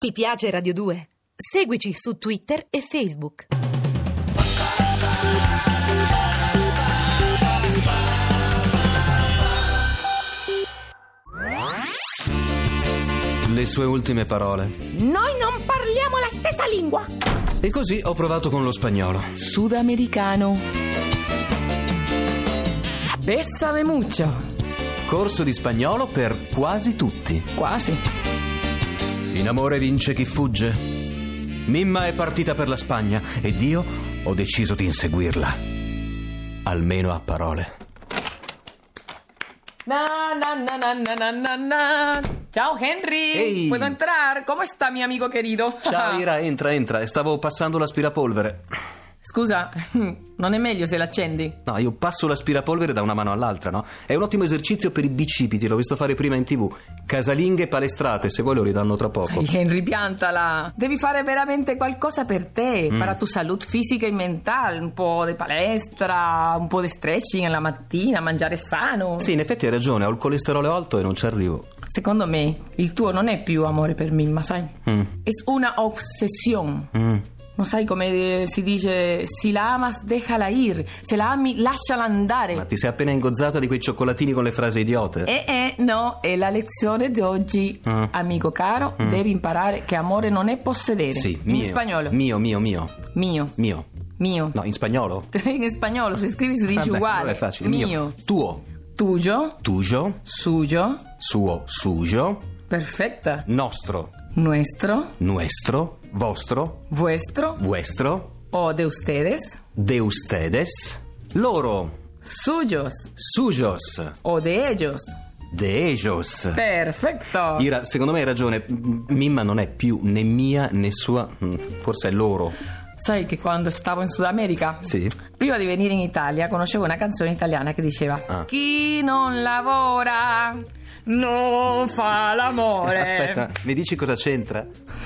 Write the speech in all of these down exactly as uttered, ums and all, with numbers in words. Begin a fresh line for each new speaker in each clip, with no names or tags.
Ti piace Radio due? Seguici su Twitter e Facebook.
Le sue ultime parole.
Noi non parliamo la stessa lingua.
E così ho provato con lo spagnolo.
Sudamericano. Bésame mucho.
Corso di spagnolo per quasi tutti.
Quasi.
In amore vince chi fugge. Mimma è partita per la Spagna ed io ho deciso di inseguirla. Almeno a parole.
Na, na, na, na, na, na, na. Ciao Henry.
Ehi.
¿Puedo entrar? ¿Cómo está mi amigo querido?
Ciao Ira, entra, entra. Stavo passando l'aspirapolvere.
Scusa, non è meglio se l'accendi?
No, io passo l'aspirapolvere da una mano all'altra, no? È un ottimo esercizio per i bicipiti, l'ho visto fare prima in tv. Casalinghe palestrate, se vuoi lo ridanno tra poco.
Ay, Henry, piantala. Devi fare veramente qualcosa per te,
Mm.
per tu salute fisica e mentale. Un po' di palestra, un po' di stretching la mattina, mangiare sano.
Sì, in effetti hai ragione, ho il colesterolo alto e non ci arrivo.
Secondo me, il tuo non è più amore per Mimma, sai?
Mm.
Es una obsessione.
Mm.
Non sai come si dice, si la amas, déjala ir. Se la ami, lasciala andare.
Ma ti sei appena ingozzata di quei cioccolatini con le frasi idiote?
Eh, eh, no, è la lezione di oggi.
Mm.
Amico caro,
Mm.
devi imparare che amore non è possedere.
Sì,
in
mio.
spagnolo.
Mio, mio, mio.
Mio.
Mio.
Mio.
No, in spagnolo?
In spagnolo, se scrivi si dice
Vabbè,
uguale.
allora è facile.
Mio.
Mio. Tuo.
Tuyo.
Tuyo.
Suyo.
Suo. Suyo.
Perfecta.
Nostro.
Nuestro.
Nuestro. Vostro.
Vuestro.
Vuestro.
O de ustedes.
De ustedes. Loro.
Suyos.
Suyos.
O de ellos.
De ellos.
Perfetto.
Ira, secondo me hai ragione. Mimma non è più né mia né sua. Forse è loro.
Sai che quando stavo in Sud America,
Sì.
prima di venire in Italia, conoscevo una canzone italiana che diceva
Ah.
chi non lavora non fa l'amore.
Aspetta, mi dici cosa c'entra?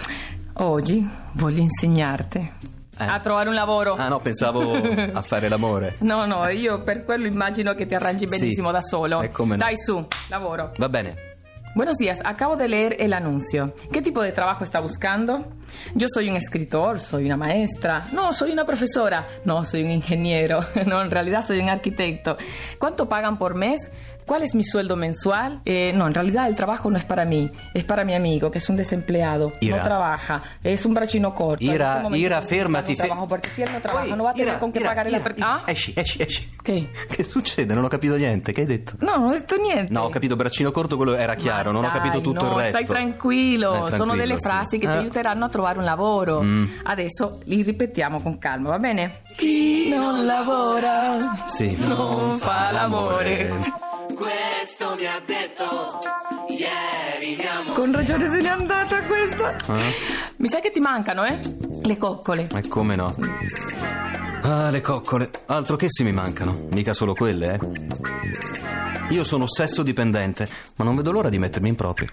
Oggi voglio insegnarti
Eh.
a trovare un lavoro.
Ah no, pensavo a fare l'amore.
No, no, io per quello immagino che ti arrangi benissimo
Sì.
da solo.
E come no.
Dai su, lavoro.
Va bene.
Buenos días, acabo de leer el anuncio. ¿Qué tipo de trabajo está buscando? Yo soy un escritor, soy una maestra. No, soy una profesora. No, soy un ingeniero. No, en realidad soy un arquitecto. ¿Cuánto pagan por mes? ¿Cuál es mi sueldo mensual? Eh, no, en realidad el trabajo no es para mí, es para mi amigo, que es un desempleado.
Ira.
No trabaja, es un braccino corto.
Ira,
Adesso un momento
Ira,
que
fermati,
no
fe-
trabajo, porque si él no trabaja,
Poi,
no va a tener
Ira,
con qué
Ira,
pagar
Ira,
la... per-
Ira,
Ah?
Esci, esci, esci.
Che?
Che succede? Non ho capito niente. Che hai detto?
No, non ho detto niente.
No, ho capito braccino corto, quello era chiaro.
Ma
Non ho
dai,
capito tutto
no,
il resto.
Stai tranquillo,
Eh, tranquillo,
sono delle
sì.
frasi che
Eh.
ti aiuteranno a trovare un lavoro.
Mm.
Adesso li ripetiamo con calma, va bene? Chi non lavora
Sì.
non fa l'amore.
Questo mi ha detto ieri mia amore.
Con ragione se n'è andata questa.
Eh?
Mi sa che ti mancano, eh? Le coccole.
E come no? Ah, le coccole. Altro che se mi mancano. Mica solo quelle, eh. Io sono sesso dipendente, ma non vedo l'ora di mettermi in proprio.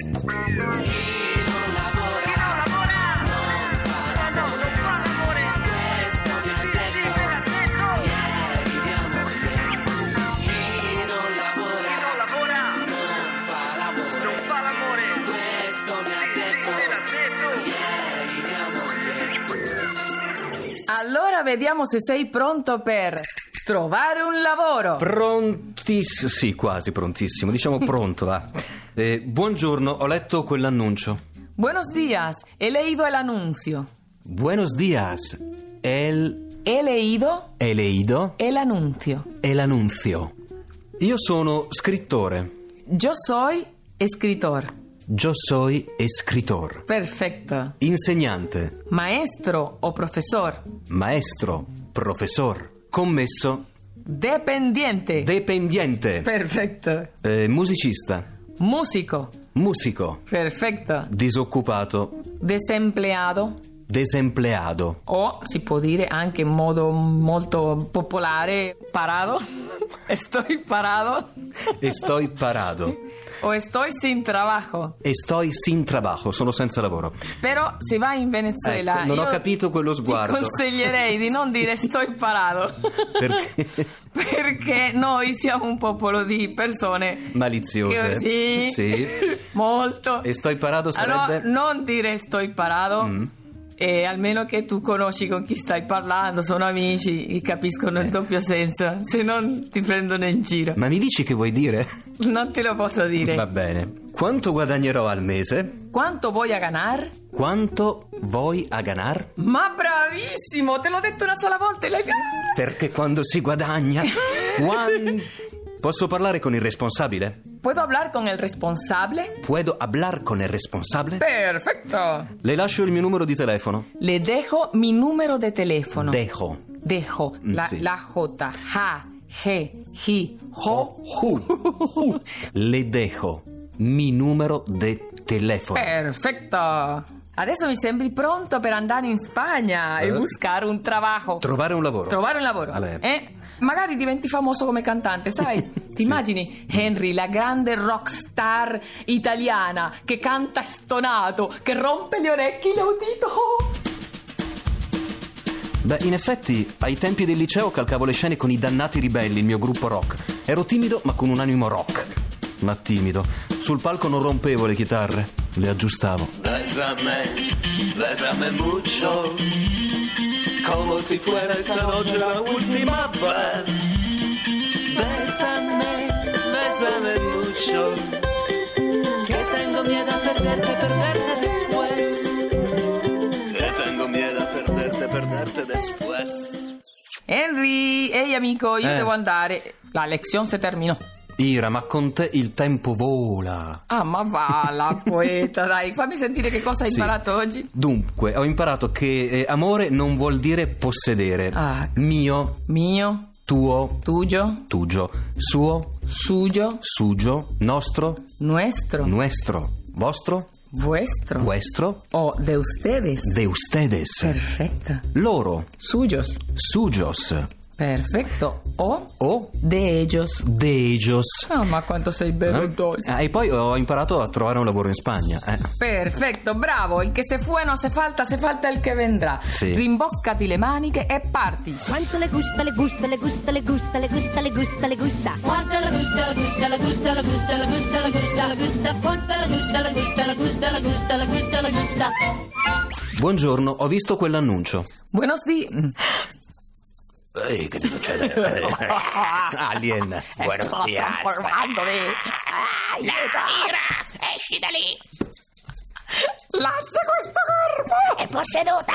Allora vediamo se sei pronto per trovare un lavoro.
Prontissimo. Sì, quasi prontissimo. Diciamo pronto, va. Eh, buongiorno, ho letto quell'annuncio.
Buenos días, he leído el anuncio.
Buenos días. El...
He leído
He leído
el anuncio.
el anuncio. Io sono scrittore.
Yo soy escritor.
Yo soy escritor.
Perfecto.
Insegnante.
Maestro o profesor.
Maestro. Professor. Commesso.
Dependiente.
Dependiente.
Perfecto.
Eh, musicista.
Músico.
Musico.
Perfecto.
Disoccupato.
Desempleado.
Desempleado.
O si può dire anche in modo molto popolare, parado. Estoy parado
Estoy parado.
o estoy sin trabajo.
Estoy sin trabajo, sono senza lavoro.
Però se vai in Venezuela,
Ecco, non ho
io
capito quello sguardo.
ti consiglierei di non dire estoy parado.
Perché?
Perché noi siamo un popolo di persone
Maliziose.
che- sì,
Sì.
molto.
Estoy parado sarebbe...
Allora, non dire estoy parado.
Mm.
E almeno che tu conosci con chi stai parlando, sono amici, e capiscono il doppio senso, se non ti prendono in giro.
Ma mi dici che vuoi dire?
Non te lo posso dire.
Va bene. Quanto guadagnerò al mese?
Quanto vuoi a ganar?
Quanto vuoi a ganar?
Ma bravissimo, te l'ho detto una sola volta e l'hai
Perché quando si guadagna... Juan... Posso parlare con il responsabile?
¿Puedo hablar con el responsable?
Puedo hablar con el responsable?
Perfecto.
Le lascio il mio numero di telefono.
Le dejo mi número de teléfono.
Dejo.
Dejo.
Mm,
La,
sì.
la J. Ja. G. Ji. Ho.
Ju. Le dejo mi numero de telefono.
Perfetto. Adesso mi sembri pronto per andare in Spagna e
Eh?
buscare un trabajo.
Trovare un lavoro.
Trovare un lavoro.
Allora.
Eh? Magari diventi famoso come cantante, sai? Ti
Sì.
immagini Henry, la grande rockstar italiana che canta stonato, che rompe gli orecchi, l'udito.
Beh, in effetti, ai tempi del liceo calcavo le scene con i Dannati Ribelli, il mio gruppo rock. Ero timido, ma con un animo rock. Ma timido. Sul palco non rompevo le chitarre, le aggiustavo.
Bésame, bésame mucho, como si fuera esta noche la última vez. Bésame, bésame mucho, que tengo miedo a perderte, perderte después. Que tengo miedo a perderte, perderte después.
Henry, ehi amico, io
Eh.
devo andare. La lezione si terminò.
Ira, ma con te il tempo vola.
Ah, ma va, la poeta, dai, fammi sentire che cosa hai
Sì.
imparato oggi.
Dunque, ho imparato che eh, amore non vuol dire possedere.
Ah.
Mio,
Mio,
tuo,
tuyo,
tugio, suo,
suyo,
sugio, nostro,
nuestro,
nuestro, vostro,
vuestro.
vuestro,
O de ustedes.
de ustedes,
Perfecto.
loro,
Suyos.
suyos,
Perfecto. O
o
de ellos.
de ellos.
Ah, ma quanto sei bello,
Eh?
Doi.
Ah, e poi ho imparato a trovare un lavoro in Spagna. Eh.
Perfetto, bravo. Il che se fue no se falta, se falta il che vendrà.
Sì.
Rimboccati le maniche e parti.
Quanto le gusta, le gusta, le gusta, le gusta, le gusta, le gusta, le gusta.
Quanta la gusta, la gusta, la gusta, la gusta, la gusta, la gusta, la gusta. Quanta la gusta, la gusta, la gusta, la gusta, la gusta, la gusta.
Buongiorno, ho visto quell'annuncio.
Buenos días.
Ehi, che ti succede? Alien. Buenos dias.
Esci da lì!
Lascia questo corpo.
È posseduta!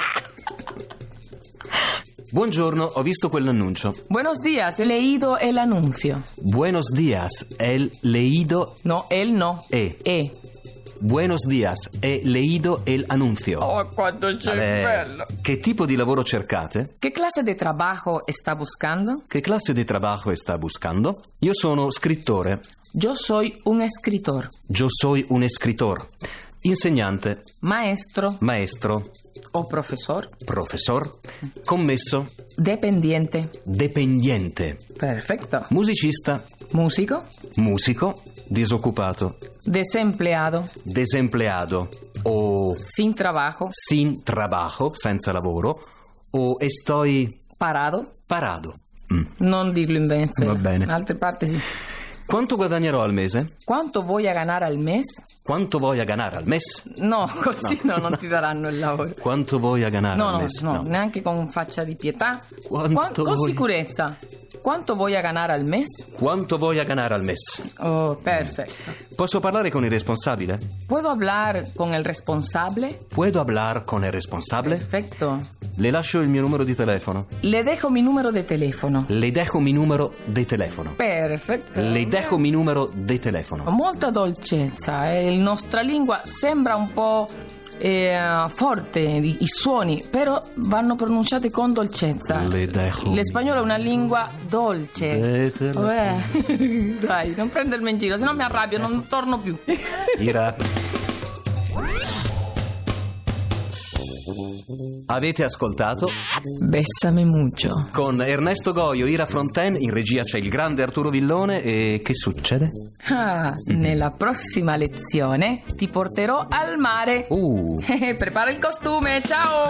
Buongiorno, ho visto quell'annuncio.
Buenos días, he leído el anuncio.
Buenos días, he leído
No, él no.
E.
E.
Buenos días, he leído el anuncio.
Oh, quanto c'è
Vabbè,
bello.
che tipo di lavoro cercate?
¿Qué clase de trabajo está buscando?
Che classe di trabajo sta buscando? Io sono scrittore.
Yo soy un escritor,
Yo soy un escritor. Insegnante,
maestro
maestro,
o profesor,
professor, commesso,
dependiente.
dependiente,
Perfecto.
musicista,
Músico,
musico, disoccupato,
desempleado,
desempleado o
sin trabajo,
sin trabajo, senza lavoro, o estoy
parado.
parado. Mm.
Non dirlo in Venezuela.
Va bene.
In altre parti sì.
Quanto guadagnerò al mese?
Quanto vuoi a ganare al mes?
Quanto vuoi a ganare al mes?
No, così no, non ti daranno il lavoro.
Quanto vuoi a ganare
No,
al
no,
mese?
no, neanche con faccia di pietà.
Quanto
Quan- con
vuoi-
sicurezza. Quanto vuoi a ganare al mes?
Quanto vuoi a ganare al mes?
Oh, perfetto.
Posso parlare con il responsabile?
¿Puedo hablar con el responsable?
Puedo hablar con el responsable?
Perfecto.
Le lascio il mio numero di telefono.
Le dejo mi número de teléfono.
Le dejo mi numero di telefono.
Perfetto.
Le dejo mi numero di telefono.
Molta dolcezza. eh. La nostra lingua sembra un po' eh, forte, i, i suoni, però vanno pronunciati con dolcezza.
Le dejo.
L'espagnolo è una lingua dolce.
Eh, te la-
Eh, Dai, non prendermi in giro, se no mi arrabbio, non torno più.
Ira. Avete ascoltato
Bessame mucho.
con Ernesto Goio, Ira Fronten, in regia c'è il grande Arturo Villone. E che succede?
Ah, nella prossima lezione ti porterò al mare.
Uh.
Prepara il costume, ciao!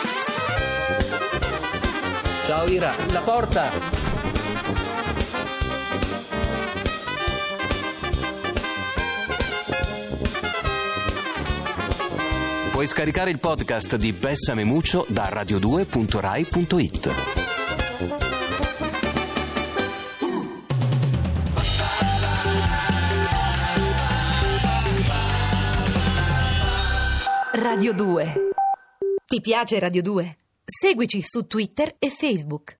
Ciao Ira, la porta! Puoi scaricare il podcast di Bessame Mucho da radio due punto rai punto it.
Radio due. Ti piace Radio due? Seguici su Twitter e Facebook.